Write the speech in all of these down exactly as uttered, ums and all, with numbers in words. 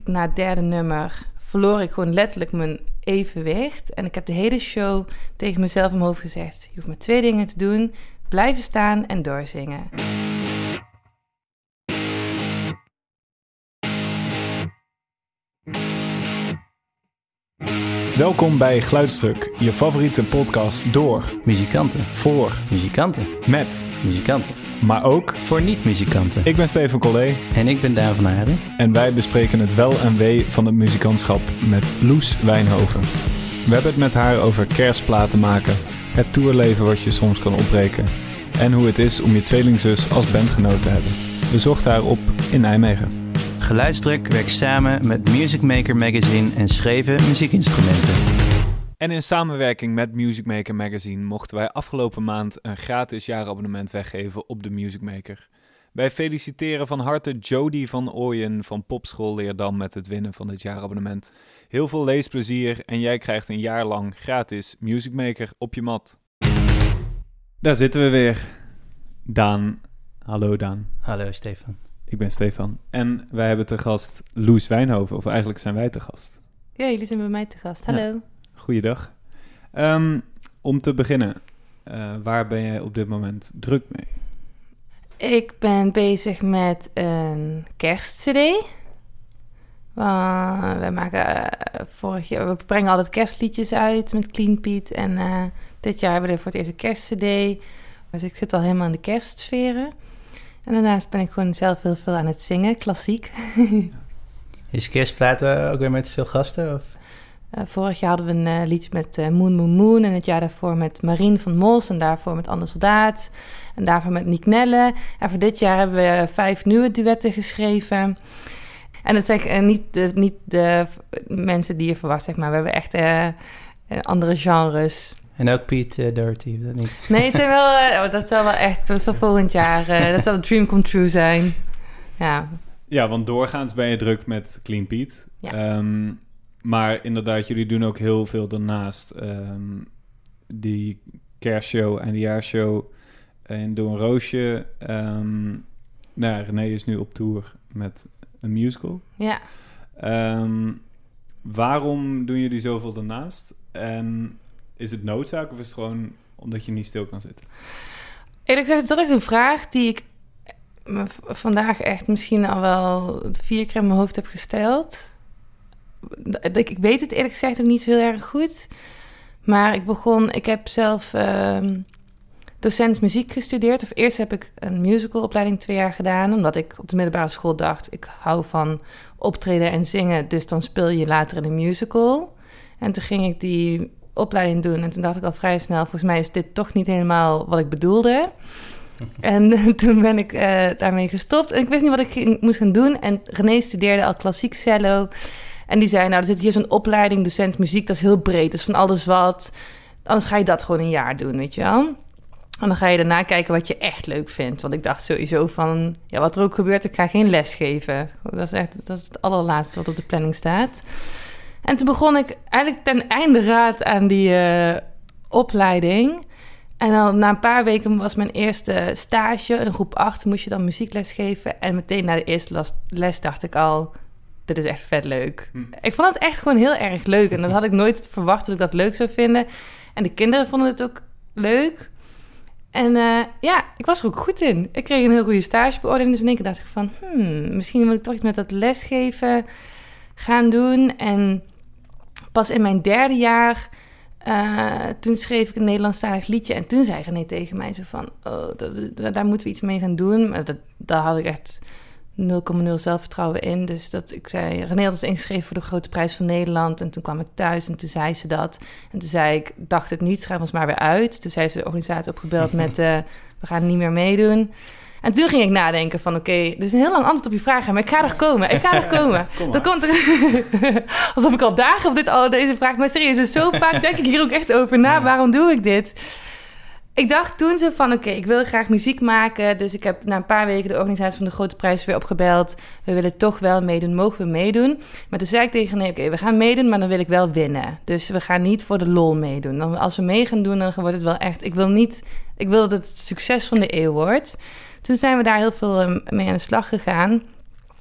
Na het derde nummer verloor ik gewoon letterlijk mijn evenwicht. En ik heb de hele show tegen mezelf in mijn hoofd gezegd: je hoeft maar twee dingen te doen. Blijven staan en doorzingen. Welkom bij Geluidsdruk, je favoriete podcast door muzikanten, voor muzikanten, met muzikanten, maar ook voor niet-muzikanten. Ik ben Steven Collé En ik ben Daan van Aarden. En wij bespreken het wel en wee van het muzikantschap met Loes Wijnhoven. We hebben het met haar over kerstplaten maken, het tourleven wat je soms kan opbreken en hoe het is om je tweelingzus als bandgenoot te hebben. We zochten haar op in Nijmegen. Geluidsdruk werkt samen met Music Maker Magazine en schreven muziekinstrumenten. En in samenwerking met Music Maker Magazine mochten wij afgelopen maand een gratis jaarabonnement weggeven op de Music Maker. Wij feliciteren van harte Jody van Ooyen van Popschool Leerdam met het winnen van dit jaarabonnement. Heel veel leesplezier en jij krijgt een jaar lang gratis Music Maker op je mat. Daar zitten we weer. Daan. Hallo Daan. Hallo Stefan. Ik ben Stefan. En wij hebben te gast Loes Wijnhoven, of eigenlijk zijn wij te gast. Ja, jullie zijn bij mij te gast. Hallo. Ja. Goeiedag. Um, om te beginnen, uh, waar ben jij op dit moment druk mee? Ik ben bezig met een kerstcd. Uh, we maken uh, vorig jaar, we brengen altijd kerstliedjes uit met Clean Pete. En uh, dit jaar hebben we voor het eerst een kerstcd. Dus ik zit al helemaal in de kerstsferen. En daarnaast ben ik gewoon zelf heel veel aan het zingen, klassiek. Is kerstplaten ook weer met veel gasten? Of? Uh, vorig jaar hadden we een uh, liedje met uh, Moon Moon Moon. En het jaar daarvoor met Marien van Mos. En daarvoor met Anne Soldaat. En daarvoor met Nick Nelle. En voor dit jaar hebben we vijf nieuwe duetten geschreven. En dat zijn uh, niet, de, niet de mensen die je verwacht, zeg maar. We hebben echt uh, andere genres. En ook Pete uh, Doherty, dat niet? Nee, het zijn wel, uh, oh, dat zal wel echt, dat is wel volgend jaar. Uh, dat zal een dream come true zijn. Ja. Ja, want doorgaans ben je druk met Clean Pete. Ja. Um, maar inderdaad, jullie doen ook heel veel daarnaast. Um, die kerstshow, eindejaarshow in Door een Roosje. Um, nou ja, René is nu op tour met een musical. Ja. Um, waarom doen jullie zoveel daarnaast? En is het noodzaak of is het gewoon omdat je niet stil kan zitten? Eerlijk gezegd is dat echt een vraag die ik me v- vandaag echt misschien al wel vier keer in mijn hoofd heb gesteld. Ik, ik weet het eerlijk gezegd ook niet zo heel erg goed. Maar ik begon, ik heb zelf uh, docent muziek gestudeerd. Of eerst heb ik een musicalopleiding twee jaar gedaan. Omdat ik op de middelbare school dacht, ik hou van optreden en zingen. Dus dan speel je later in een musical. En toen ging ik die opleiding doen. En toen dacht ik al vrij snel, volgens mij is dit toch niet helemaal wat ik bedoelde. En toen ben ik uh, daarmee gestopt. En ik wist niet wat ik ging, moest gaan doen. En René studeerde al klassiek cello. En die zei, nou, er zit hier zo'n opleiding, docent muziek, dat is heel breed. Dus van alles wat. Anders ga je dat gewoon een jaar doen, weet je wel. En dan ga je daarna kijken wat je echt leuk vindt. Want ik dacht sowieso van, ja, wat er ook gebeurt, ik ga geen les geven. Dat is echt, dat is het allerlaatste wat op de planning staat. En toen begon ik eigenlijk ten einde raad aan die uh, opleiding. En dan na een paar weken was mijn eerste stage. In groep acht moest je dan muziekles geven. En meteen na de eerste les, les dacht ik al, dit is echt vet leuk. Hm. Ik vond het echt gewoon heel erg leuk. En dat had ik nooit verwacht dat ik dat leuk zou vinden. En de kinderen vonden het ook leuk. En uh, ja, ik was er ook goed in. Ik kreeg een heel goede stagebeoordeling. Dus in één keer dacht ik van, hmm, misschien moet ik toch iets met dat lesgeven gaan doen. En pas in mijn derde jaar, uh, toen schreef ik een Nederlandstalig liedje. En toen zei René tegen mij zo van, oh, dat, daar moeten we iets mee gaan doen. Maar dat, daar had ik echt nul komma nul zelfvertrouwen in. Dus dat ik zei, René had ons ingeschreven voor de Grote Prijs van Nederland. En toen kwam ik thuis en toen zei ze dat. En toen zei ik, dacht het niet, schrijf ons maar weer uit. Toen heeft ze de organisatie opgebeld met, uh, we gaan niet meer meedoen. En toen ging ik nadenken van, oké, okay, dit is een heel lang antwoord op je vraag, maar ik ga er komen, ik ga er komen. Kom dat komt er, alsof ik al dagen op dit, al deze vraag, maar serieus, dus zo vaak denk ik hier ook echt over na, waarom doe ik dit? Ik dacht toen zo van, oké, okay, ik wil graag muziek maken, dus ik heb na een paar weken de organisatie van de Grote Prijs weer opgebeld. We willen toch wel meedoen, mogen we meedoen? Maar toen zei ik tegen nee, oké, okay, we gaan meedoen, maar dan wil ik wel winnen. Dus we gaan niet voor de lol meedoen. Dan, als we mee gaan doen, dan wordt het wel echt, ik wil niet, ik wil dat het het succes van de eeuw wordt. Toen zijn we daar heel veel mee aan de slag gegaan.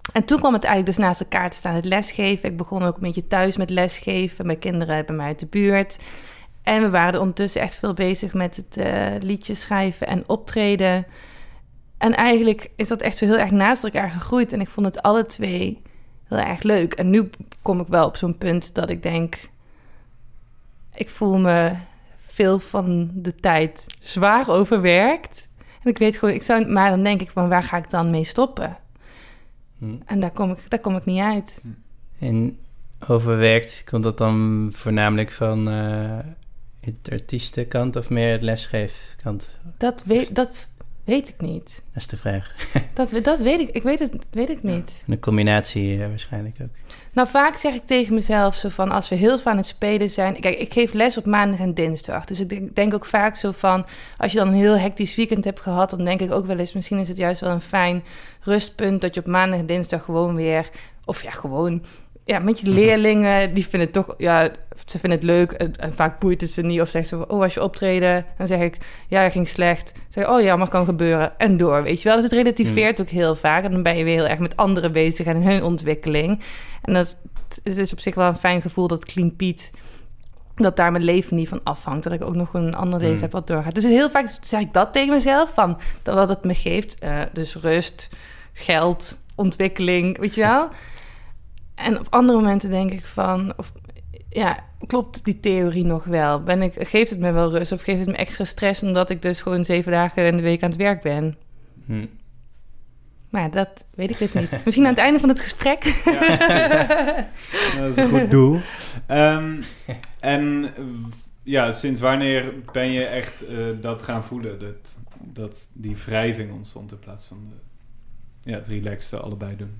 En toen kwam het eigenlijk dus naast elkaar te staan, het lesgeven. Ik begon ook een beetje thuis met lesgeven. Mijn kinderen bij mij uit de buurt. En we waren ondertussen echt veel bezig met het uh, liedjes schrijven en optreden. En eigenlijk is dat echt zo heel erg naast elkaar gegroeid. En ik vond het alle twee heel erg leuk. En nu kom ik wel op zo'n punt dat ik denk... Ik voel me veel van de tijd zwaar overwerkt. En ik weet gewoon, ik zou, maar dan denk ik van waar ga ik dan mee stoppen? Hm. En daar kom, ik, daar kom ik niet uit. En overwerkt, komt dat dan voornamelijk van uh, het artiestenkant of meer het lesgeefkant? Dat weet, dat weet ik niet. Dat is de vraag. dat, dat weet ik, ik weet het weet ik niet. Een combinatie uh, waarschijnlijk ook. Nou, vaak zeg ik tegen mezelf zo van, als we heel veel aan het spelen zijn... Kijk, ik geef les op maandag en dinsdag. Dus ik denk, denk ook vaak zo van, als je dan een heel hectisch weekend hebt gehad... dan denk ik ook wel eens, misschien is het juist wel een fijn rustpunt... dat je op maandag en dinsdag gewoon weer, of ja, gewoon... Ja, met je leerlingen, die vinden het toch, ja, ze vinden het leuk. En, en vaak boeit het ze niet. Of zegt ze, oh, als je optreden, dan zeg ik, ja, het ging slecht. Dan zeg ik, oh ja, maar kan gebeuren. En door, weet je wel. Dus het relativeert mm. ook heel vaak. En dan ben je weer heel erg met anderen bezig en hun ontwikkeling. En dat het is op zich wel een fijn gevoel dat Clean Piet, dat daar mijn leven niet van afhangt. Dat ik ook nog een ander leven mm. heb wat doorgaat. Dus heel vaak zeg ik dat tegen mezelf, van dat wat het me geeft. Uh, dus rust, geld, ontwikkeling, weet je wel. En op andere momenten denk ik van, of, ja, klopt die theorie nog wel? Ben ik, geeft het me wel rust of geeft het me extra stress... omdat ik dus gewoon zeven dagen in de week aan het werk ben? Hm. Maar ja, dat weet ik dus niet. Misschien aan het einde van het gesprek. Ja, dat is een goed doel. Um, en ja, sinds wanneer ben je echt uh, dat gaan voelen? Dat, dat die wrijving ontstond in plaats van de, ja, het relaxte allebei doen?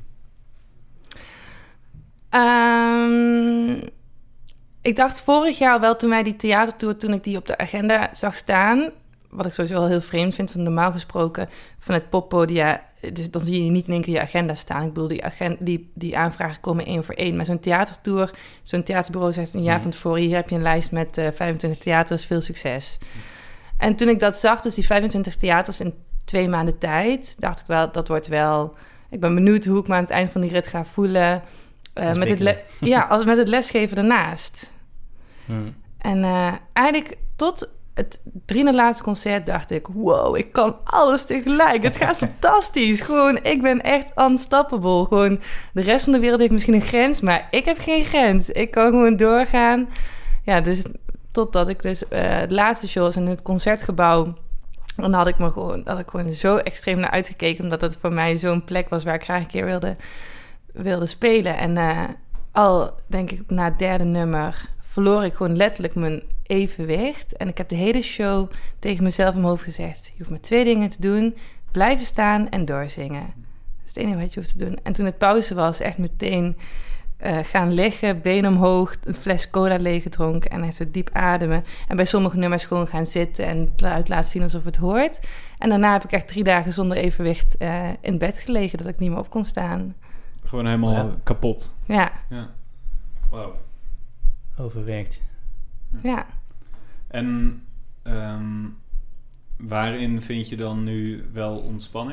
Um, ik dacht vorig jaar wel, toen wij die theatertour, toen ik die op de agenda zag staan, wat ik sowieso wel heel vreemd vind, van normaal gesproken van het poppodia, dus dan zie je niet in één keer je agenda staan. Ik bedoel, die, agenda, die, die aanvragen komen één voor één. Maar zo'n theatertour, zo'n theaterbureau zegt een jaar mm. van tevoren, hier heb je een lijst met uh, vijfentwintig theaters, veel succes. Mm. En toen ik dat zag, dus die vijfentwintig theaters in twee maanden tijd, dacht ik wel, dat wordt wel, ik ben benieuwd hoe ik me aan het eind van die rit ga voelen. Uh, met, het le- ja, met het lesgeven ernaast. Hmm. En uh, eigenlijk tot het drie na laatste concert dacht ik, wow, ik kan alles tegelijk. Het gaat fantastisch. Gewoon, ik ben echt unstoppable. Gewoon, de rest van de wereld heeft misschien een grens, maar ik heb geen grens. Ik kan gewoon doorgaan. Ja, dus totdat ik dus uh, de laatste shows in het Concertgebouw, dan had ik me gewoon, had ik gewoon zo extreem naar uitgekeken, omdat het voor mij zo'n plek was waar ik graag een keer wilde wilde spelen. En uh, al, denk ik, na het derde nummer verloor ik gewoon letterlijk mijn evenwicht. En ik heb de hele show tegen mezelf in mijn hoofd gezegd, je hoeft maar twee dingen te doen, blijven staan en doorzingen. Dat is het enige wat je hoeft te doen. En toen het pauze was, echt meteen uh, gaan liggen, been omhoog, een fles cola leeggedronken en echt zo diep ademen. En bij sommige nummers gewoon gaan zitten en het laten zien alsof het hoort. En daarna heb ik echt drie dagen zonder evenwicht uh, in bed gelegen, dat ik niet meer op kon staan. Gewoon helemaal ja. kapot. Ja. ja. Wauw. Overwerkt. Ja. En um, waarin vind je dan nu wel ontspanning?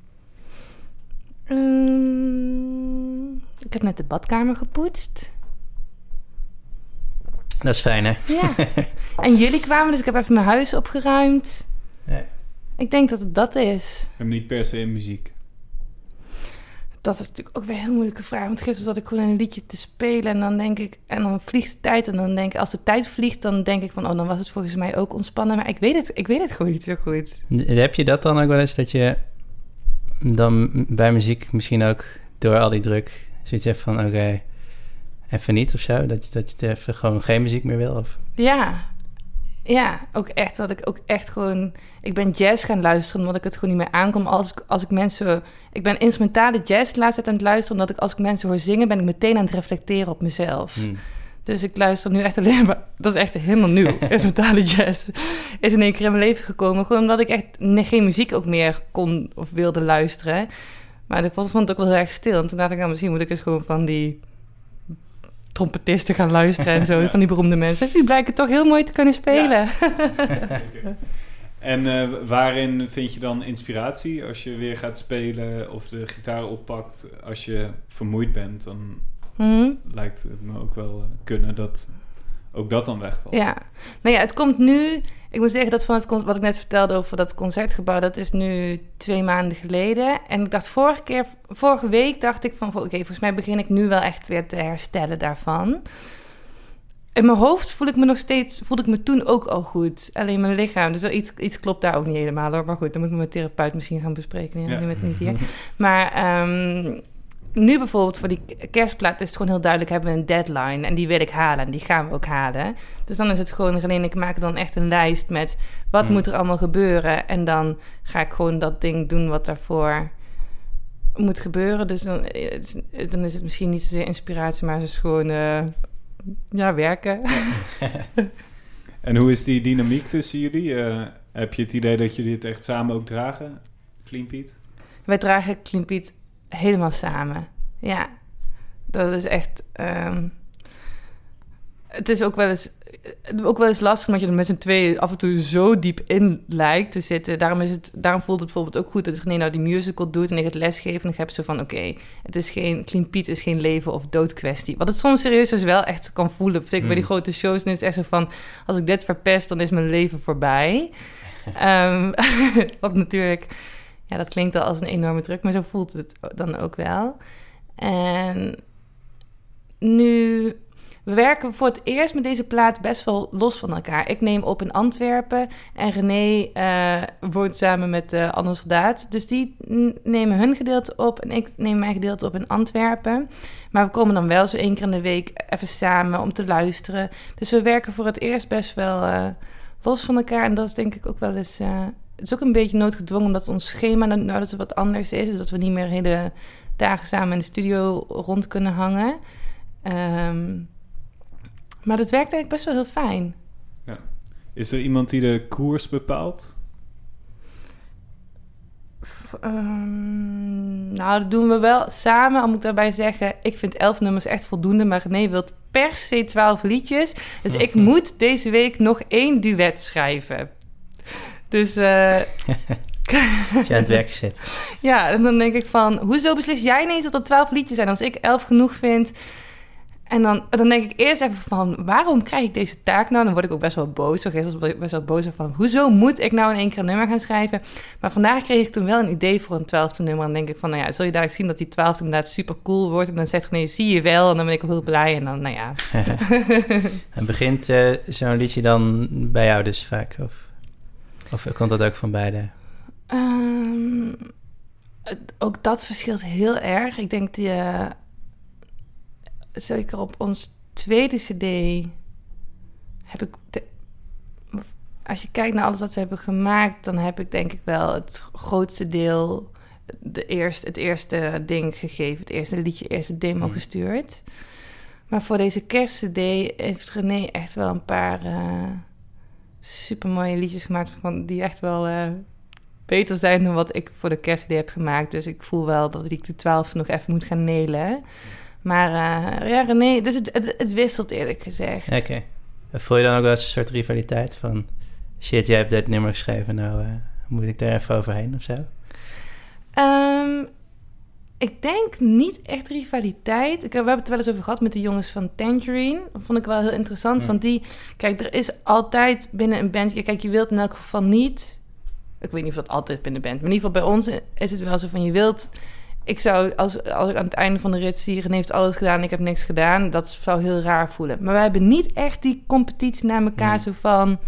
Um, ik heb net de badkamer gepoetst. Dat is fijn, hè? Ja. En jullie kwamen, dus ik heb even mijn huis opgeruimd. Nee. Ik denk dat het dat is. En niet per se in muziek. Dat is natuurlijk ook weer een heel moeilijke vraag. Want gisteren zat ik gewoon een liedje te spelen en dan denk ik, en dan vliegt de tijd. En dan denk ik, als de tijd vliegt, dan denk ik van, oh, dan was het volgens mij ook ontspannen. Maar ik weet het, ik weet het gewoon niet zo goed. Heb je dat dan ook wel eens, dat je dan bij muziek misschien ook door al die druk zoiets hebt van, oké, okay, even niet of zo? Dat, dat je even gewoon geen muziek meer wil? Of? Ja, ja, ook echt. Dat ik ook echt gewoon, ik ben jazz gaan luisteren omdat ik het gewoon niet meer aankom. Als ik, als ik mensen, ik ben instrumentale jazz de laatste tijd aan het luisteren, omdat ik als ik mensen hoor zingen, ben ik meteen aan het reflecteren op mezelf. Hmm. Dus ik luister nu echt alleen maar, dat is echt helemaal nieuw. Instrumentale jazz is in één keer in mijn leven gekomen, gewoon omdat ik echt geen muziek ook meer kon of wilde luisteren. Maar ik vond het ook wel heel erg stil. En toen dacht ik, nou, misschien moet ik eens gewoon van die trompetisten gaan luisteren en zo, ja. Van die beroemde mensen. Die blijken toch heel mooi te kunnen spelen. Ja. En uh, waarin vind je dan inspiratie als je weer gaat spelen of de gitaar oppakt? Als je vermoeid bent, dan mm-hmm. lijkt het me ook wel uh, kunnen dat ook dat dan wegvalt. Ja, nou ja, het komt nu... Ik moet zeggen dat van het wat ik net vertelde over dat concertgebouw, dat is nu twee maanden geleden. En ik dacht vorige keer, vorige week dacht ik van, oké, okay, volgens mij begin ik nu wel echt weer te herstellen daarvan. In mijn hoofd voel ik me nog steeds, voelde ik me toen ook al goed. Alleen mijn lichaam, dus iets, iets klopt daar ook niet helemaal hoor. Maar goed, dan moet ik met mijn therapeut misschien gaan bespreken. Ja, ja. Nu met niet hier. Maar um, nu bijvoorbeeld voor die kerstplaat is het gewoon heel duidelijk, hebben we een deadline. En die wil ik halen en die gaan we ook halen. Dus dan is het gewoon, René en ik maken dan echt een lijst met wat mm. moet er allemaal gebeuren. En dan ga ik gewoon dat ding doen wat daarvoor moet gebeuren. Dus dan, dan is het misschien niet zozeer inspiratie, maar het is gewoon... Uh, Ja, werken. En hoe is die dynamiek tussen jullie? Uh, heb je het idee dat jullie het echt samen ook dragen, Clean Pete? Wij dragen Clean Pete helemaal samen. Ja, dat is echt... Um, het is ook wel eens... Ook wel eens lastig, omdat je er met z'n tweeën af en toe zo diep in lijkt te zitten. Daarom, is het, daarom voelt het bijvoorbeeld ook goed dat René nou die musical doet en ik het lesgeef. En ik heb zo van, oké, okay, het is geen... Clean Pete is geen leven of dood kwestie. Wat het soms serieus dus wel echt kan voelen. Vind ik mm. bij die grote shows. En is het echt zo van, als ik dit verpest, dan is mijn leven voorbij. um, wat natuurlijk... Ja, dat klinkt al als een enorme druk, maar zo voelt het dan ook wel. En nu... We werken voor het eerst met deze plaat best wel los van elkaar. Ik neem op in Antwerpen en René uh, woont samen met uh, Anne Soldaat. Dus die n- nemen hun gedeelte op en ik neem mijn gedeelte op in Antwerpen. Maar we komen dan wel zo één keer in de week even samen om te luisteren. Dus we werken voor het eerst best wel uh, los van elkaar. En dat is denk ik ook wel eens... Uh, het is ook een beetje noodgedwongen omdat ons schema nou dat het wat anders is. Dus dat we niet meer hele dagen samen in de studio rond kunnen hangen. Um, Maar dat werkt eigenlijk best wel heel fijn. Ja. Is er iemand die de koers bepaalt? Um, nou, dat doen we wel samen. Al moet ik daarbij zeggen, ik vind elf nummers echt voldoende. Maar René wil per se twaalf liedjes. Dus ik moet deze week nog één duet schrijven. Dus... Uh, Is je aan het werk gezet? Ja, en dan denk ik van... Hoezo beslis jij ineens dat er twaalf liedjes zijn als ik elf genoeg vind... En dan, dan denk ik eerst even van, waarom krijg ik deze taak nou? Dan word ik ook best wel boos. Zo gisteren was ik best wel boos van, hoezo moet ik nou in één keer een nummer gaan schrijven? Maar vandaag kreeg ik toen wel een idee voor een twaalfde nummer. En dan denk ik van, nou ja, zul je dadelijk zien dat die twaalfde inderdaad super cool wordt? En dan zegt nee, zie je wel. En dan ben ik ook heel blij. En dan, nou ja. En begint uh, zo'n liedje dan bij jou dus vaak? Of, of komt dat ook van beide? Um, ook dat verschilt heel erg. Ik denk die... Uh, Zeker op ons tweede cd heb ik... De, als je kijkt naar alles wat we hebben gemaakt... dan heb ik denk ik wel het grootste deel... De eerste, het eerste ding gegeven. Het eerste liedje, het eerste demo mm. gestuurd. Maar voor deze kerstcd heeft René echt wel een paar... Uh, supermooie liedjes gemaakt... Van die echt wel... Uh, beter zijn dan wat ik voor de kerstcd heb gemaakt. Dus ik voel wel dat ik de twaalfde nog even moet gaan nailen... Maar uh, ja, René, dus het, het, het wisselt eerlijk gezegd. Oké. Okay. Voel je dan ook wel eens een soort rivaliteit van... shit, jij hebt dit nummer geschreven, nou uh, moet ik daar even overheen of zo? Um, ik denk niet echt rivaliteit. Ik, we hebben het wel eens over gehad met de jongens van Tangerine. Dat vond ik wel heel interessant, ja. Want die... Kijk, er is altijd binnen een band... Kijk, je wilt in elk geval niet... Ik weet niet of dat altijd binnen een band... Maar in ieder geval bij ons is het wel zo van... Je wilt... Ik zou, als, als ik aan het einde van de rit zie... René heeft alles gedaan en ik heb niks gedaan... dat zou heel raar voelen. Maar wij hebben niet echt die competitie naar elkaar... Mm. Zo van...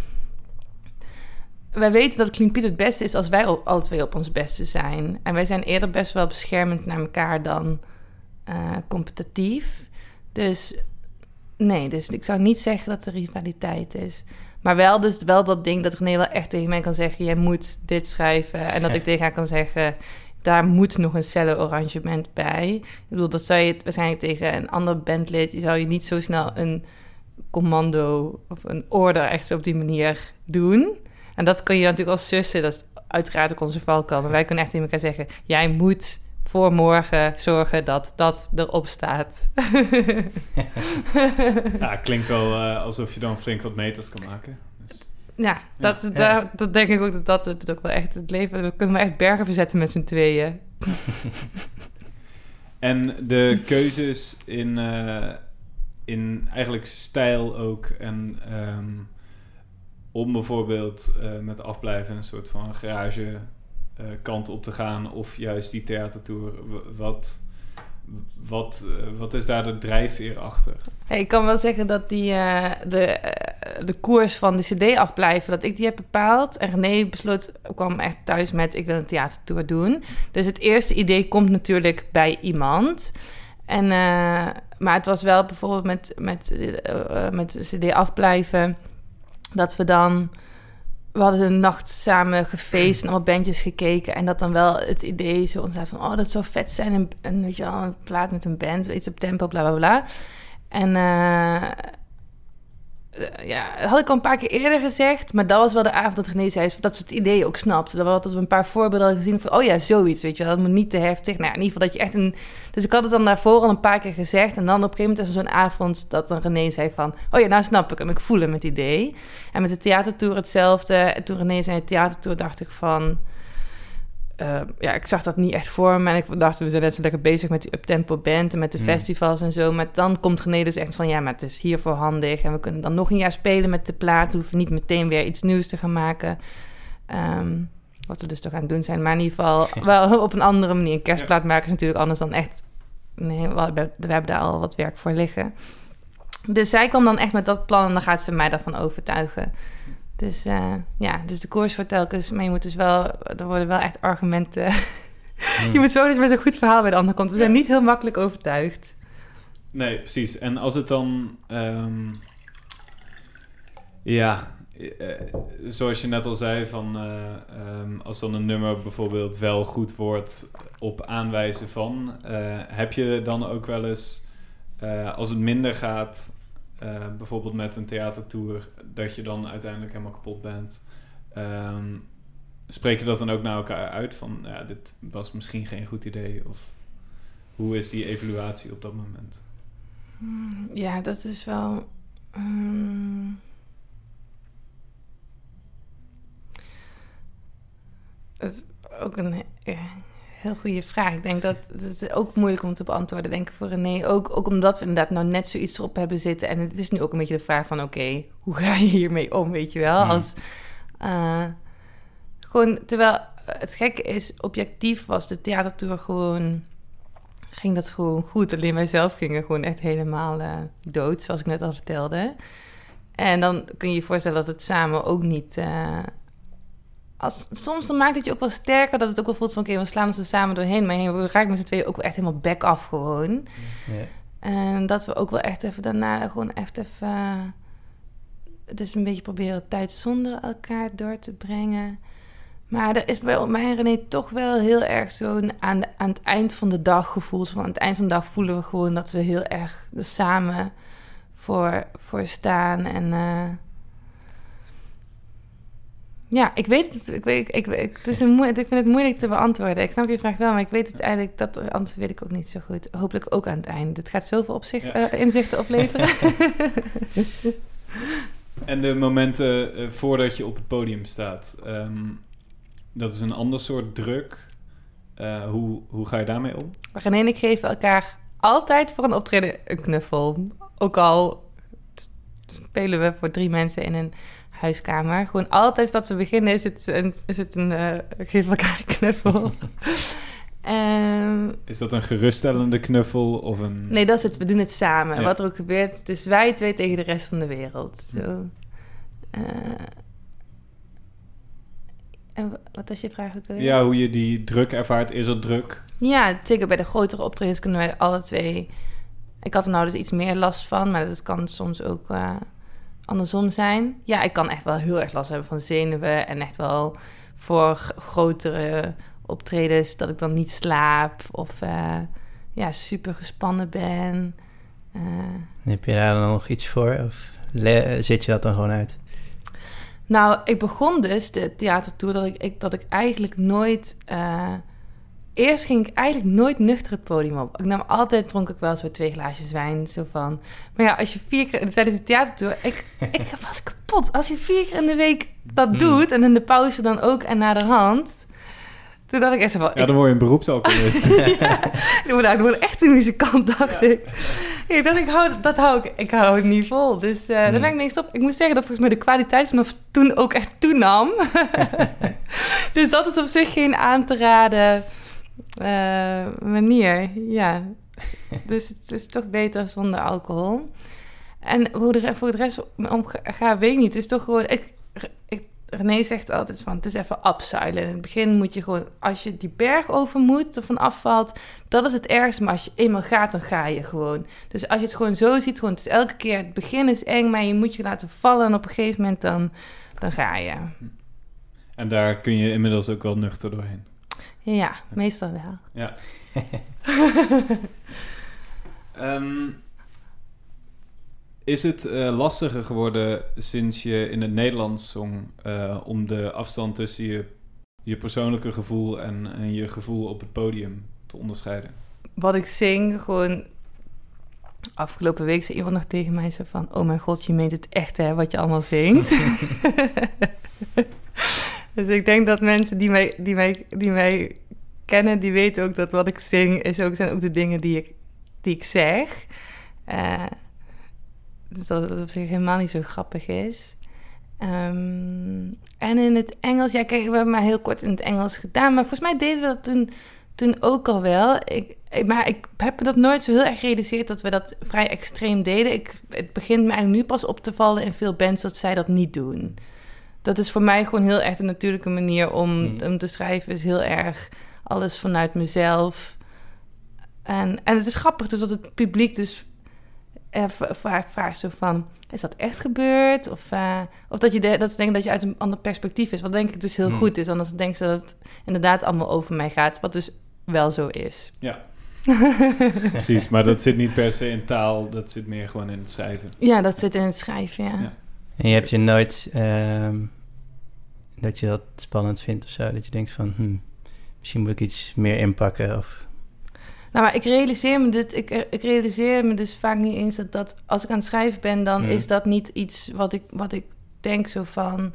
Wij weten dat Clean Pete het beste is... als wij alle twee op ons beste zijn. En wij zijn eerder best wel beschermend naar elkaar... dan uh, competitief. Dus nee, dus ik zou niet zeggen dat er rivaliteit is... Maar wel dus wel dat ding dat René wel echt tegen mij kan zeggen... jij moet dit schrijven. En dat ik tegen haar kan zeggen... daar moet nog een cello-arrangement bij. Ik bedoel, dat zou je waarschijnlijk tegen een ander bandlid... je zou je niet zo snel een commando of een order echt op die manier doen. En dat kun je natuurlijk als zussen... dat is uiteraard ook onze valkuil. Maar wij kunnen echt tegen elkaar zeggen... jij moet voor morgen zorgen dat dat erop staat. Ja, klinkt wel uh, alsof je dan flink wat meters kan maken. Dus. Ja, dat, Ja. dat, dat denk ik ook dat dat het ook wel echt het leven... We kunnen maar echt bergen verzetten met z'n tweeën. En de keuzes in, uh, in eigenlijk stijl ook. En um, om bijvoorbeeld uh, met afblijven een soort van garage uh, kant op te gaan. Of juist die theatertour. Wat, wat, uh, wat is daar de drijfveer achter? Hey, ik kan wel zeggen dat die, uh, de, uh, de koers van de cd afblijven, dat ik die heb bepaald. En René besloot, kwam echt thuis met, ik wil een theatertour doen. Dus het eerste idee komt natuurlijk bij iemand. En, uh, maar het was wel bijvoorbeeld met, met, uh, met de cd afblijven, dat we dan... We hadden een nacht samen gefeest en allemaal bandjes gekeken. En dat dan wel het idee zo ontstaat van... oh, dat zou vet zijn. En, en weet je wel, een plaat met een band, iets op tempo, bla, bla, bla. En uh, uh, ja, dat had ik al een paar keer eerder gezegd. Maar dat was wel de avond dat René zei... dat ze het idee ook snapte. Dat we altijd een paar voorbeelden hadden gezien van... oh ja, zoiets, weet je wel. Dat moet niet te heftig. Nou, in ieder geval dat je echt een... Dus ik had het dan daarvoor al een paar keer gezegd. En dan op een gegeven moment is er zo'n avond... dat dan René zei van... oh ja, nou snap ik hem. Ik voel hem, het idee. En met de theatertour hetzelfde. En toen René zei theatertour, dacht ik van... Uh, ja, ik zag dat niet echt voor me. En ik dacht, we zijn net zo lekker bezig met die uptempo band... en met de mm. festivals en zo. Maar dan komt René dus echt van... ja, maar het is hiervoor handig. En we kunnen dan nog een jaar spelen met de plaat. We hoeven niet meteen weer iets nieuws te gaan maken. Um, wat we dus toch aan het doen zijn. Maar in ieder geval wel op een andere manier. Een kerstplaat maken is natuurlijk anders dan echt... Nee, we hebben, we hebben daar al wat werk voor liggen. Dus zij kwam dan echt met dat plan... en dan gaat ze mij daarvan overtuigen... Dus uh, ja, dus de koers voor telkens. Maar je moet dus wel... Er worden wel echt argumenten... Mm. Je moet zo dus met een goed verhaal bij de andere kant. We zijn ja. niet heel makkelijk overtuigd. Nee, precies. En als het dan... Um, ja, uh, zoals je net al zei... van uh, um, als dan een nummer bijvoorbeeld wel goed wordt... op aanwijzen van... Uh, heb je dan ook wel eens... Uh, als het minder gaat... Uh, bijvoorbeeld met een theatertour, dat je dan uiteindelijk helemaal kapot bent. Um, spreek je dat dan ook naar elkaar uit van, ja, dit was misschien geen goed idee? Of hoe is die evaluatie op dat moment? Ja, dat is wel... Um... Dat is ook een... Ja. Heel goede vraag. Ik denk dat het is ook moeilijk om te beantwoorden, denk ik, voor René. Ook, ook omdat we inderdaad nou net zoiets erop hebben zitten. En het is nu ook een beetje de vraag van, oké, okay, hoe ga je hiermee om, weet je wel? Mm. Als, uh, gewoon, terwijl het gekke is, objectief was de theatertour gewoon... ging dat gewoon goed. Alleen wij zelf gingen gewoon echt helemaal uh, dood, zoals ik net al vertelde. En dan kun je je voorstellen dat het samen ook niet... Uh, Als, soms dan maakt het je ook wel sterker... dat het ook wel voelt van... oké, okay, we slaan ons er samen doorheen... maar we raken met z'n tweeën ook wel echt helemaal back af gewoon. Ja. En dat we ook wel echt even daarna... gewoon echt even... Uh, dus een beetje proberen tijd zonder elkaar door te brengen. Maar er is bij mij en René toch wel heel erg zo'n... aan, de, aan het eind van de dag gevoel. Van aan het eind van de dag voelen we gewoon... dat we heel erg er samen voor, voor staan. En... Uh, Ja, ik weet het. Ik, weet, ik, ik, het is een moe- ik vind het moeilijk te beantwoorden. Ik snap je vraag wel, maar ik weet het eigenlijk... dat antwoord weet ik ook niet zo goed. Hopelijk ook aan het einde. Het gaat zoveel opzicht, ja. uh, inzichten opleveren. En de momenten uh, voordat je op het podium staat... Um, dat is een ander soort druk. Uh, hoe, hoe ga je daarmee om? René en ik geven elkaar altijd voor een optreden een knuffel. Ook al spelen we voor drie mensen in een... huiskamer. Gewoon altijd wat we beginnen is het een, is het een uh, geef elkaar een knuffel. um, is dat een geruststellende knuffel of een... Nee, dat is het. We doen het samen. Ja. Wat er ook gebeurt, het is wij twee tegen de rest van de wereld. Zo. Uh, en wat was je vraag ook alweer? Ja, hoe je die druk ervaart. Is er druk? Ja, zeker bij de grotere optredens kunnen wij alle twee... Ik had er nou dus iets meer last van, maar dat kan soms ook... Uh, andersom zijn. Ja, ik kan echt wel heel erg last hebben van zenuwen... en echt wel voor g- grotere optredens... dat ik dan niet slaap of uh, ja, super gespannen ben. Uh, Heb je daar dan nog iets voor? Of le- zit je dat dan gewoon uit? Nou, ik begon dus de theatertour... dat ik, ik, dat ik eigenlijk nooit... Uh, eerst ging ik eigenlijk nooit nuchter het podium op. Ik nam altijd, dronk ik wel zo twee glaasjes wijn, zo van. Maar ja, als je vier keer, tijdens de theatertour, ik, ik was kapot. Als je vier keer in de week dat doet, en in de pauze dan ook en na de hand... Toen dacht ik echt zo van... Ja, dan word je een beroepsalcoholist. ja, ik word, ik word echt een muzikant, dacht ja. ik. ik dacht, ik hou, dat hou ik, ik hou het niet vol. Dus uh, hmm. daar ben ik mee gestopt. Ik moet zeggen dat volgens mij de kwaliteit vanaf toen ook echt toenam. Dus dat is op zich geen aan te raden uh, manier. Ja. Dus het is toch beter zonder alcohol. En hoe de, voor de rest om ga, weet ik niet. Het is toch gewoon... Ik, ik, René zegt altijd van, het is even upzuilen. In het begin moet je gewoon, als je die berg over moet, ervan afvalt, dat is het ergste. Maar als je eenmaal gaat, dan ga je gewoon. Dus als je het gewoon zo ziet, gewoon, het is elke keer, het begin is eng, maar je moet je laten vallen en op een gegeven moment dan, dan ga je. En daar kun je inmiddels ook wel nuchter doorheen. Ja, meestal wel. Ja. um, Is het uh, lastiger geworden sinds je in het Nederlands zong... Uh, om de afstand tussen je, je persoonlijke gevoel en, en je gevoel op het podium te onderscheiden? Wat ik zing, gewoon... Afgelopen week zei iemand nog tegen mij zo van... Oh mijn god, je meent het echt hè, wat je allemaal zingt. Dus ik denk dat mensen die mij, die, mij, die mij kennen... die weten ook dat wat ik zing... Is ook, zijn ook de dingen die ik, die ik zeg... Uh, Dus dat het op zich helemaal niet zo grappig is. Um, en in het Engels... Ja, kijk, we hebben maar heel kort in het Engels gedaan. Maar volgens mij deden we dat toen, toen ook al wel. Ik, ik, maar ik heb me dat nooit zo heel erg gerealiseerd... dat we dat vrij extreem deden. Ik, het begint me eigenlijk nu pas op te vallen in veel bands... dat zij dat niet doen. Dat is voor mij gewoon heel erg een natuurlijke manier... om, mm. om te schrijven. Is heel erg alles vanuit mezelf. En, en het is grappig dus dat het publiek dus... Uh, vaak vraag zo van, is dat echt gebeurd? Of, uh, of dat, je de, dat ze denken dat je uit een ander perspectief is. Wat denk ik dus heel hmm. goed is. Anders denken ze dat het inderdaad allemaal over mij gaat. Wat dus wel zo is. Ja, precies. Maar dat zit niet per se in taal. Dat zit meer gewoon in het schrijven. Ja, dat zit in het schrijven, ja. ja. En je hebt je nooit... Uh, dat je dat spannend vindt of zo? Dat je denkt van, hmm, misschien moet ik iets meer inpakken of... Nou, maar ik realiseer me dit, ik, ik realiseer me dus vaak niet eens dat, dat als ik aan het schrijven ben, dan mm. is dat niet iets wat ik, wat ik denk zo van...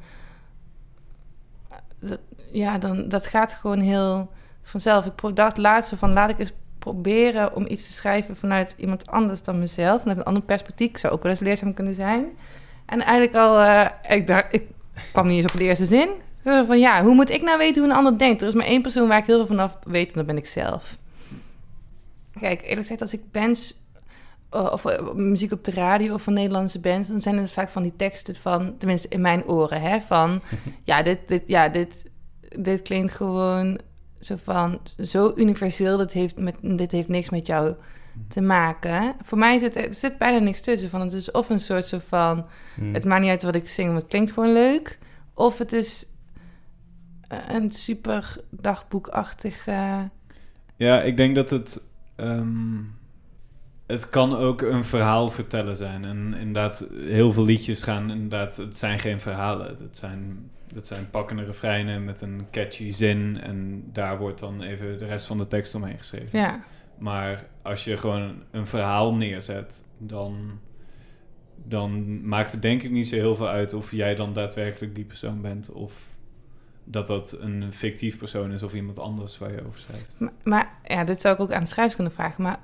Dat, ja, dan, dat gaat gewoon heel vanzelf. Ik dacht laatst van, laat ik eens proberen om iets te schrijven vanuit iemand anders dan mezelf. Vanuit een ander perspectief. Ik zou ook wel eens leerzaam kunnen zijn. En eigenlijk al, uh, ik, dacht, ik kwam niet eens op de eerste zin. Van ja, hoe moet ik nou weten hoe een ander denkt? Er is maar één persoon waar ik heel veel vanaf weet en dat ben ik zelf. Kijk, eerlijk gezegd, als ik bands uh, of uh, muziek op de radio of van Nederlandse bands, dan zijn het vaak van die teksten van, tenminste in mijn oren, hè, van ja, dit, dit, ja, dit, dit klinkt gewoon zo van zo universeel. Dat heeft met, dit heeft niks met jou te maken. Voor mij zit er zit bijna niks tussen. Van het is of een soort zo van, hmm. het maakt niet uit wat ik zing, maar het klinkt gewoon leuk, of het is een super dagboekachtig. Uh... Ja, ik denk dat het Um, het kan ook een verhaal vertellen zijn. En inderdaad, heel veel liedjes gaan inderdaad... Het zijn geen verhalen. Het zijn, het zijn pakkende refreinen met een catchy zin. En daar wordt dan even de rest van de tekst omheen geschreven. Ja. Maar als je gewoon een verhaal neerzet... dan, dan maakt het denk ik niet zo heel veel uit... of jij dan daadwerkelijk die persoon bent... of dat dat een fictief persoon is of iemand anders waar je over schrijft. Maar, maar ja, dit zou ik ook aan de schrijvers kunnen vragen, maar...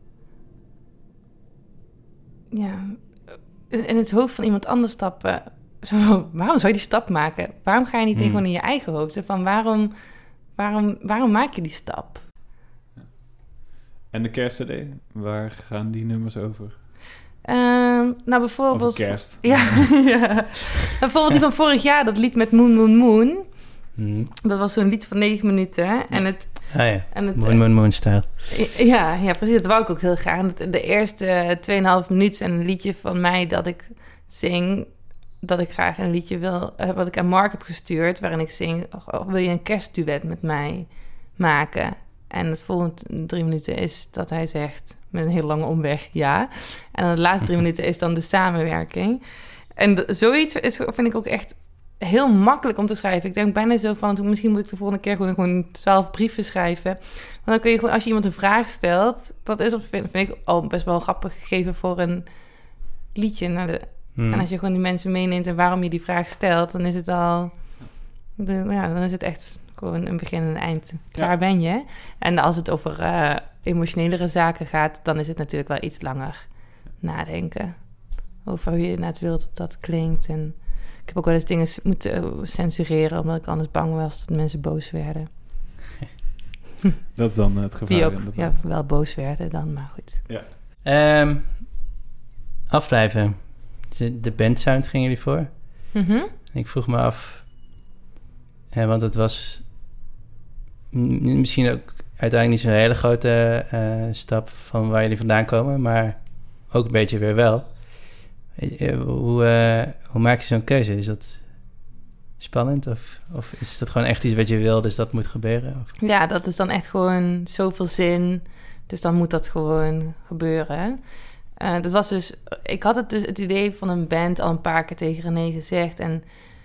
Ja, in, in het hoofd van iemand anders stappen... Zo van, waarom zou je die stap maken? Waarom ga je niet hmm. gewoon in je eigen hoofd? Zo van, waarom, waarom, waarom maak je die stap? Ja. En de kerstcd, waar gaan die nummers over? Uh, nou, bijvoorbeeld... Over kerst. Ja, ja. Bijvoorbeeld die van vorig jaar, dat lied met Moon, Moon, Moon... Hmm. Dat was zo'n lied van negen minuten. Hè? En het, ah ja, en het, Moon, Moon, Moon style. Ja, ja, precies. Dat wou ik ook heel graag. De eerste tweeënhalf minuut en een liedje van mij dat ik zing... dat ik graag een liedje wil... wat ik aan Mark heb gestuurd... waarin ik zing... Oh, wil je een kerstduet met mij maken? En het volgende drie minuten is dat hij zegt... met een heel lange omweg, ja. En dan de laatste drie minuten is dan de samenwerking. En de, zoiets is, vind ik ook echt... heel makkelijk om te schrijven. Ik denk bijna zo van, misschien moet ik de volgende keer gewoon, gewoon twaalf brieven schrijven. Want dan kun je gewoon, als je iemand een vraag stelt, dat is op, vind ik al best wel grappig gegeven voor een liedje. Nou, de, hmm. En als je gewoon die mensen meeneemt en waarom je die vraag stelt, dan is het al, de, ja, dan is het echt gewoon een begin en een eind. Klaar ja. ben je. En als het over uh, emotionelere zaken gaat, dan is het natuurlijk wel iets langer nadenken over hoe je net wilt dat dat klinkt. En ik heb ook wel eens dingen moeten censureren, omdat ik anders bang was dat mensen boos werden. Dat is dan het gevaar. Die ook ja, wel boos werden dan, maar goed. Ja. Um, afblijven. De, de bandsound gingen jullie voor. Mm-hmm. Ik vroeg me af, hè, want het was m- misschien ook uiteindelijk niet zo'n hele grote uh, stap van waar jullie vandaan komen, maar ook een beetje weer wel. Hoe, uh, hoe maak je zo'n keuze? Is dat spannend? Of, of is dat gewoon echt iets wat je wil, dus dat moet gebeuren? Of? Ja, dat is dan echt gewoon zoveel zin. Dus dan moet dat gewoon gebeuren. Uh, dat was dus... Ik had het dus het idee van een band al een paar keer tegen René gezegd. En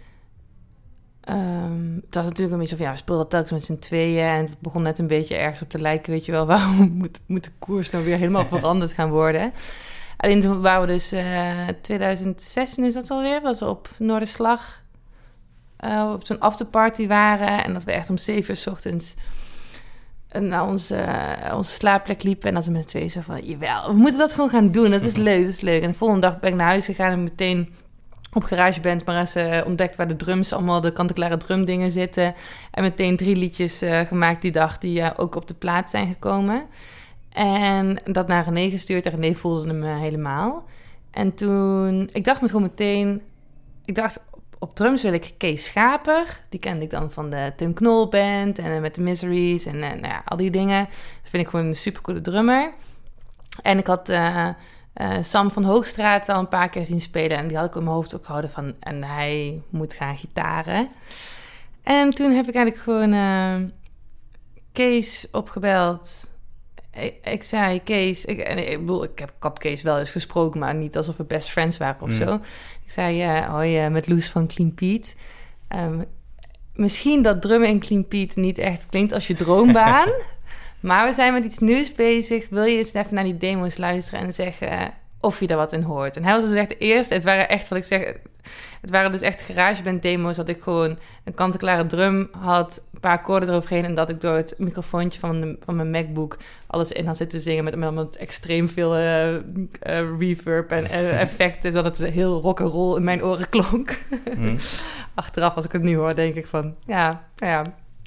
um, het was natuurlijk een beetje van... Ja, we speelden telkens met z'n tweeën. En het begon net een beetje ergens op te lijken. Weet je wel, waarom moet, moet de koers nou weer helemaal veranderd gaan worden? Alleen toen waren we dus... Uh, twintig zestien is dat alweer. Dat we op Noorderslag... Uh, op zo'n afterparty waren. En dat we echt om zeven uur 's ochtends... naar onze, uh, onze slaapplek liepen. En dat we met z'n tweeën zo van... Jawel, we moeten dat gewoon gaan doen. Dat is leuk, dat is leuk. En de volgende dag ben ik naar huis gegaan... en meteen op GarageBand maar eens uh, ontdekt... waar de drums allemaal, de kant-en-klare drumdingen zitten. En meteen drie liedjes uh, gemaakt die dag... die uh, ook op de plaat zijn gekomen. En dat naar René gestuurd. En René voelde hem uh, helemaal. En toen... Ik dacht me gewoon meteen... Ik dacht... Op drums wil ik Kees Schaper. Die kende ik dan van de Tim Knol Band en met de Miseries en, en nou ja, al die dingen. Dat vind ik gewoon een supercoole drummer. En ik had uh, uh, Sam van Hoogstraat al een paar keer zien spelen. En die had ik in mijn hoofd ook gehouden van... En hij moet gaan gitaren. En toen heb ik eigenlijk gewoon uh, Kees opgebeld... Ik, ik zei, Kees... Ik, en ik bedoel, ik heb ik had Kees wel eens gesproken... maar niet alsof we best friends waren of mm. zo. Ik zei, uh, hoi, uh, met Loes van Clean Pete. Um, misschien dat drummen in Clean Pete niet echt klinkt als je droombaan... maar we zijn met iets nieuws bezig. Wil je eens even naar die demo's luisteren en zeggen... Uh, of je daar wat in hoort. En hij was dus echt de eerste. Het waren echt, wat ik zeg... Het waren dus echt GarageBand demo's... dat ik gewoon een kant-en-klare drum had... een paar akkoorden eroverheen... en dat ik door het microfoontje van, de, van mijn MacBook... alles in had zitten zingen... met, met, met extreem veel uh, uh, reverb en uh, effecten... zodat het heel rock'n'roll in mijn oren klonk. Mm. Achteraf, als ik het nu hoor, denk ik van... ja, ja...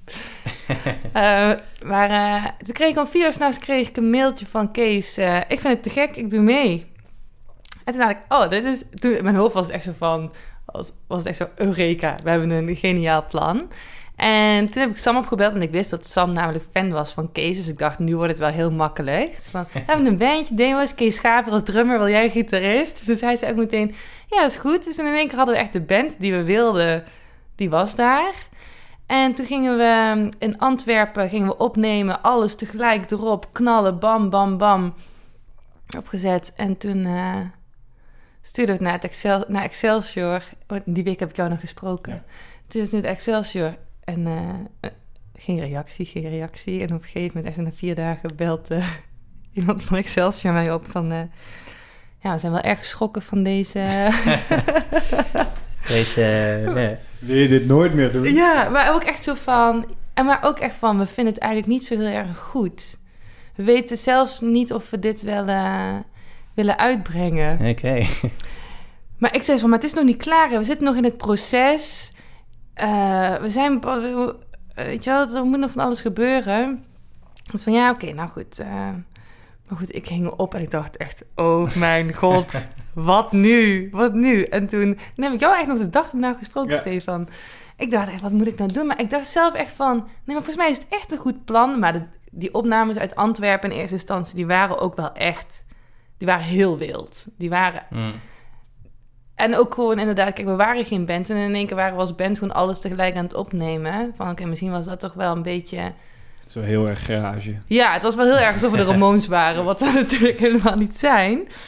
uh, maar uh, toen kreeg ik om vier uur 's nachts kreeg ik een mailtje van Kees... Uh, ik vind het te gek, ik doe mee... En toen dacht ik, oh, dit is... Toen, in mijn hoofd was het echt zo van... Was, was het echt zo, eureka, we hebben een geniaal plan. En toen heb ik Sam opgebeld... en ik wist dat Sam namelijk fan was van Kees... dus ik dacht, nu wordt het wel heel makkelijk. Van, we hebben een bandje, demo's, Kees Schaper als drummer... wil jij gitarist? Dus hij zei ook meteen, ja, dat is goed. Dus in één keer hadden we echt de band die we wilden... die was daar. En toen gingen we in Antwerpen gingen we opnemen... alles tegelijk erop, knallen, bam, bam, bam... opgezet. En toen... Uh, stuurde het naar, het Excel, naar Excelsior. Die week heb ik jou nog gesproken. Ja. Toen is het naar Excelsior. En uh, uh, geen reactie, geen reactie. En op een gegeven moment, echt na vier dagen, belt uh, iemand van Excelsior mij op van... Uh, ja, we zijn wel erg geschrokken van deze... deze... Uh, nee. Wil je dit nooit meer doen? Ja, maar ook echt zo van... En maar ook echt van, we vinden het eigenlijk niet zo heel erg goed. We weten zelfs niet of we dit wel... Uh, willen uitbrengen. Oké. Okay. Maar ik zei van, maar het is nog niet klaar. Hè? We zitten nog in het proces. Uh, we zijn... Uh, weet je wel, er moet nog van alles gebeuren. Dus van, ja, oké, okay, nou goed. Uh, maar goed, ik hing op en ik dacht echt... Oh mijn god, wat nu? Wat nu? En toen, toen heb ik jou echt nog de dag erna gesproken, ja. Stefan. Ik dacht echt, wat moet ik nou doen? Maar ik dacht zelf echt van... Nee, maar volgens mij is het echt een goed plan. Maar de, die opnames uit Antwerpen in eerste instantie... die waren ook wel echt... Die waren heel wild. Die waren... Mm. En ook gewoon inderdaad... Kijk, we waren geen band. En in één keer waren we als band gewoon alles tegelijk aan het opnemen. Van oké, okay, misschien was dat toch wel een beetje... Zo heel erg garage. Ja, het was wel heel erg alsof we de Ramones waren. Wat we natuurlijk helemaal niet zijn.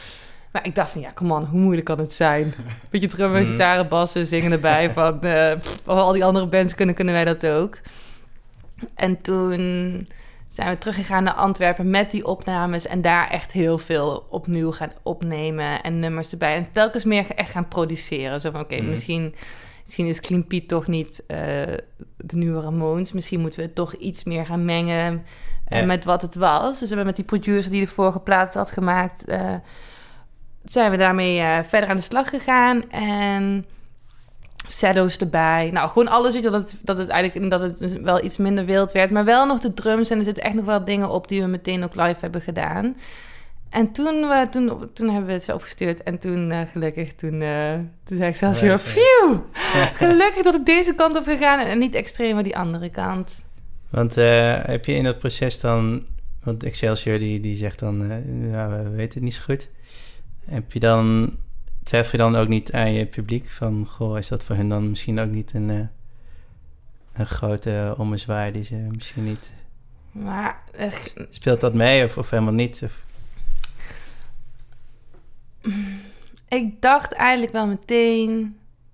Maar ik dacht van, ja, come on, hoe moeilijk kan het zijn? Beetje drummen, mm. gitaren, bassen, zingen erbij. Van, uh, pff, al die andere bands kunnen, kunnen wij dat ook. En toen zijn we teruggegaan naar Antwerpen met die opnames... en daar echt heel veel opnieuw gaan opnemen en nummers erbij. En telkens meer echt gaan produceren. Zo van, oké, okay, mm. misschien, misschien is Clean Pete toch niet uh, de nieuwe Ramones. Misschien moeten we toch iets meer gaan mengen uh, ja. met wat het was. Dus we hebben met die producer die de vorige plaats had gemaakt... Uh, zijn we daarmee uh, verder aan de slag gegaan. En shadows erbij. Nou, gewoon alles, weet je, dat het, dat het eigenlijk dat het wel iets minder wild werd. Maar wel nog de drums. En er zitten echt nog wel dingen op die we meteen ook live hebben gedaan. En toen, uh, toen, toen hebben we het zo opgestuurd. En toen, uh, gelukkig, toen, uh, toen zei ik zelfs weer... Phew! Gelukkig dat ik deze kant op gegaan en niet extreem maar die andere kant. Want uh, heb je in dat proces dan... Want Excelsior die, die zegt dan... Uh, ja, we weten het niet zo goed... Heb je dan, twijfel je dan ook niet aan je publiek van, goh, is dat voor hen dan misschien ook niet een, uh, een grote ommezwaai die ze misschien niet... Maar, uh, speelt dat mee of, of helemaal niet? Of? Ik dacht eigenlijk wel meteen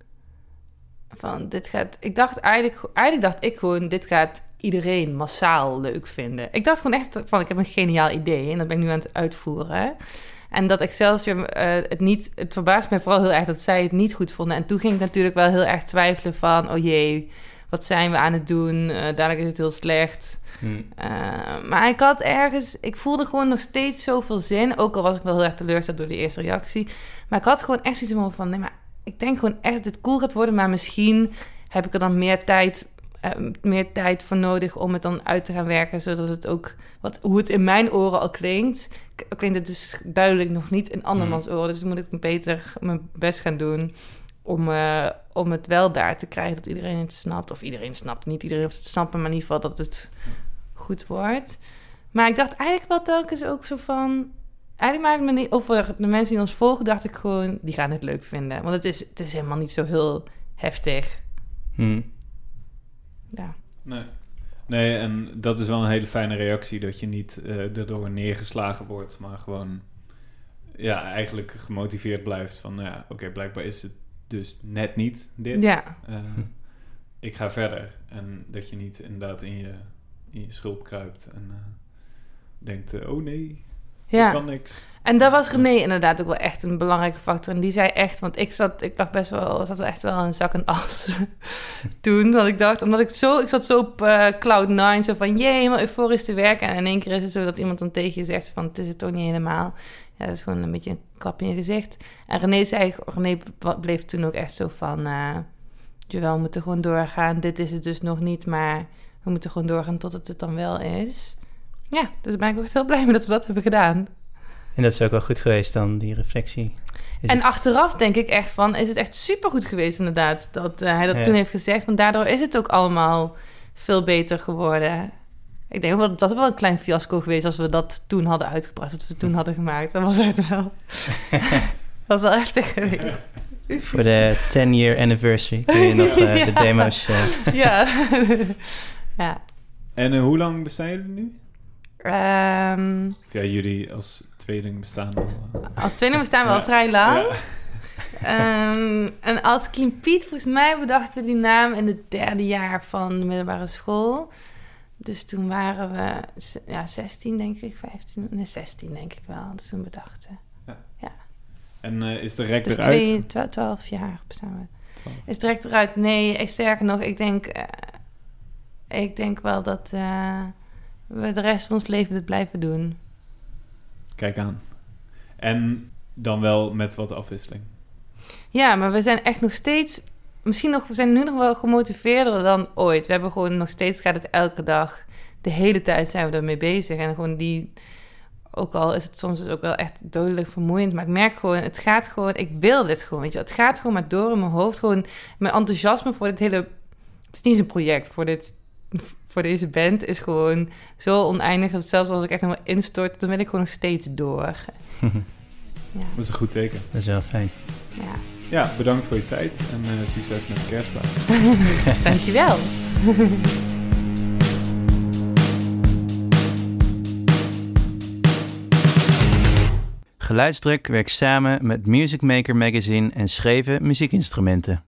van, dit gaat... Ik dacht eigenlijk, eigenlijk dacht ik gewoon, dit gaat iedereen massaal leuk vinden. Ik dacht gewoon echt van, ik heb een geniaal idee en dat ben ik nu aan het uitvoeren. En dat Excelsior uh, het niet... Het verbaast mij vooral heel erg dat zij het niet goed vonden. En toen ging ik natuurlijk wel heel erg twijfelen van... oh jee, wat zijn we aan het doen? Uh, dadelijk is het heel slecht. Hmm. Uh, maar ik had ergens... Ik voelde gewoon nog steeds zoveel zin. Ook al was ik wel heel erg teleurgesteld door die eerste reactie. Maar ik had gewoon echt zoiets van... nee, maar ik denk gewoon echt dat dit cool gaat worden. Maar misschien heb ik er dan meer tijd... Uh, meer tijd voor nodig om het dan uit te gaan werken... zodat het ook... Wat, hoe het in mijn oren al klinkt... klinkt het dus duidelijk nog niet in andermans oren. Dus dan moet ik beter mijn best gaan doen... om, uh, om het wel daar te krijgen dat iedereen het snapt. Of iedereen snapt, niet iedereen hoeft het te snappen... maar in ieder geval dat het goed wordt. Maar ik dacht eigenlijk wel telkens ook zo van... Eigenlijk maakt het me niet... over de mensen die ons volgen, dacht ik gewoon... die gaan het leuk vinden. Want het is, het is helemaal niet zo heel heftig. Hmm. Ja. Nee. nee, en dat is wel een hele fijne reactie... dat je niet uh, erdoor neergeslagen wordt... maar gewoon ja, eigenlijk gemotiveerd blijft van... ja, oké, okay, blijkbaar is het dus net niet dit. Ja. Uh, ik ga verder. En dat je niet inderdaad in je, in je schulp kruipt... en uh, denkt, uh, oh nee... Ja, ik kan niks. En daar was René inderdaad ook wel echt een belangrijke factor. En die zei echt, want ik zat, ik lag best wel, zat wel echt wel in zak en as toen. Want ik dacht, omdat ik zo, ik zat zo op uh, cloud nine, zo van, jee, helemaal euforisch te werken. En in één keer is het zo dat iemand dan tegen je zegt van, het is het toch niet helemaal. Ja, dat is gewoon een beetje een klap in je gezicht. En René zei, René bleef toen ook echt zo van, uh, Joël, we moeten gewoon doorgaan. Dit is het dus nog niet, maar we moeten gewoon doorgaan tot het het dan wel is. Ja, dus ben ik ook echt heel blij mee dat we dat hebben gedaan. En dat is ook wel goed geweest dan, die reflectie. Is en het... achteraf denk ik echt van... is het echt supergoed geweest inderdaad... dat uh, hij dat ja. toen heeft gezegd. Want daardoor is het ook allemaal veel beter geworden. Ik denk wel dat dat wel een klein fiasco geweest... als we dat toen hadden uitgebracht. Dat we het toen hadden gemaakt. Dan was het wel... dat was wel heftig geweest. Voor de ten-year anniversary kun je nog uh, ja. de demo's... Uh... ja. ja. En uh, hoe lang bestaan jullie nu? Um, ja, jullie als tweeling bestaan al... Uh... Als tweeling bestaan we ja. al vrij lang. Ja. Um, en als Clean Pete, volgens mij bedachten we die naam in het derde jaar van de middelbare school. Dus toen waren we ja, zestien, denk ik, vijftien, nee, zestien denk ik wel. Dus toen bedachten. Ja. ja. En uh, is de rek dus eruit? Dus twee, twaalf jaar bestaan we. twaalf. Is de rek eruit? Nee, ik, sterker nog, ik denk, uh, ik denk wel dat... Uh, we de rest van ons leven dit blijven doen. Kijk aan. En dan wel met wat afwisseling. Ja, maar we zijn echt nog steeds... Misschien nog, we zijn nu nog wel gemotiveerder dan ooit. We hebben gewoon nog steeds, gaat het elke dag... De hele tijd zijn we ermee bezig. En gewoon die... Ook al is het soms dus ook wel echt dodelijk vermoeiend. Maar ik merk gewoon, het gaat gewoon... Ik wil dit gewoon, weet je. Het gaat gewoon maar door in mijn hoofd. Gewoon mijn enthousiasme voor dit hele... Het is niet eens een project, voor dit... voor deze band is gewoon zo oneindig... dat zelfs als ik echt helemaal instort... dan wil ik gewoon nog steeds door. Ja. Dat is een goed teken. Dat is wel fijn. Ja, ja bedankt voor je tijd en uh, succes met de kerstplaat. Dankjewel. Geluidsdruk werkt samen met Music Maker Magazine en Scheven muziekinstrumenten.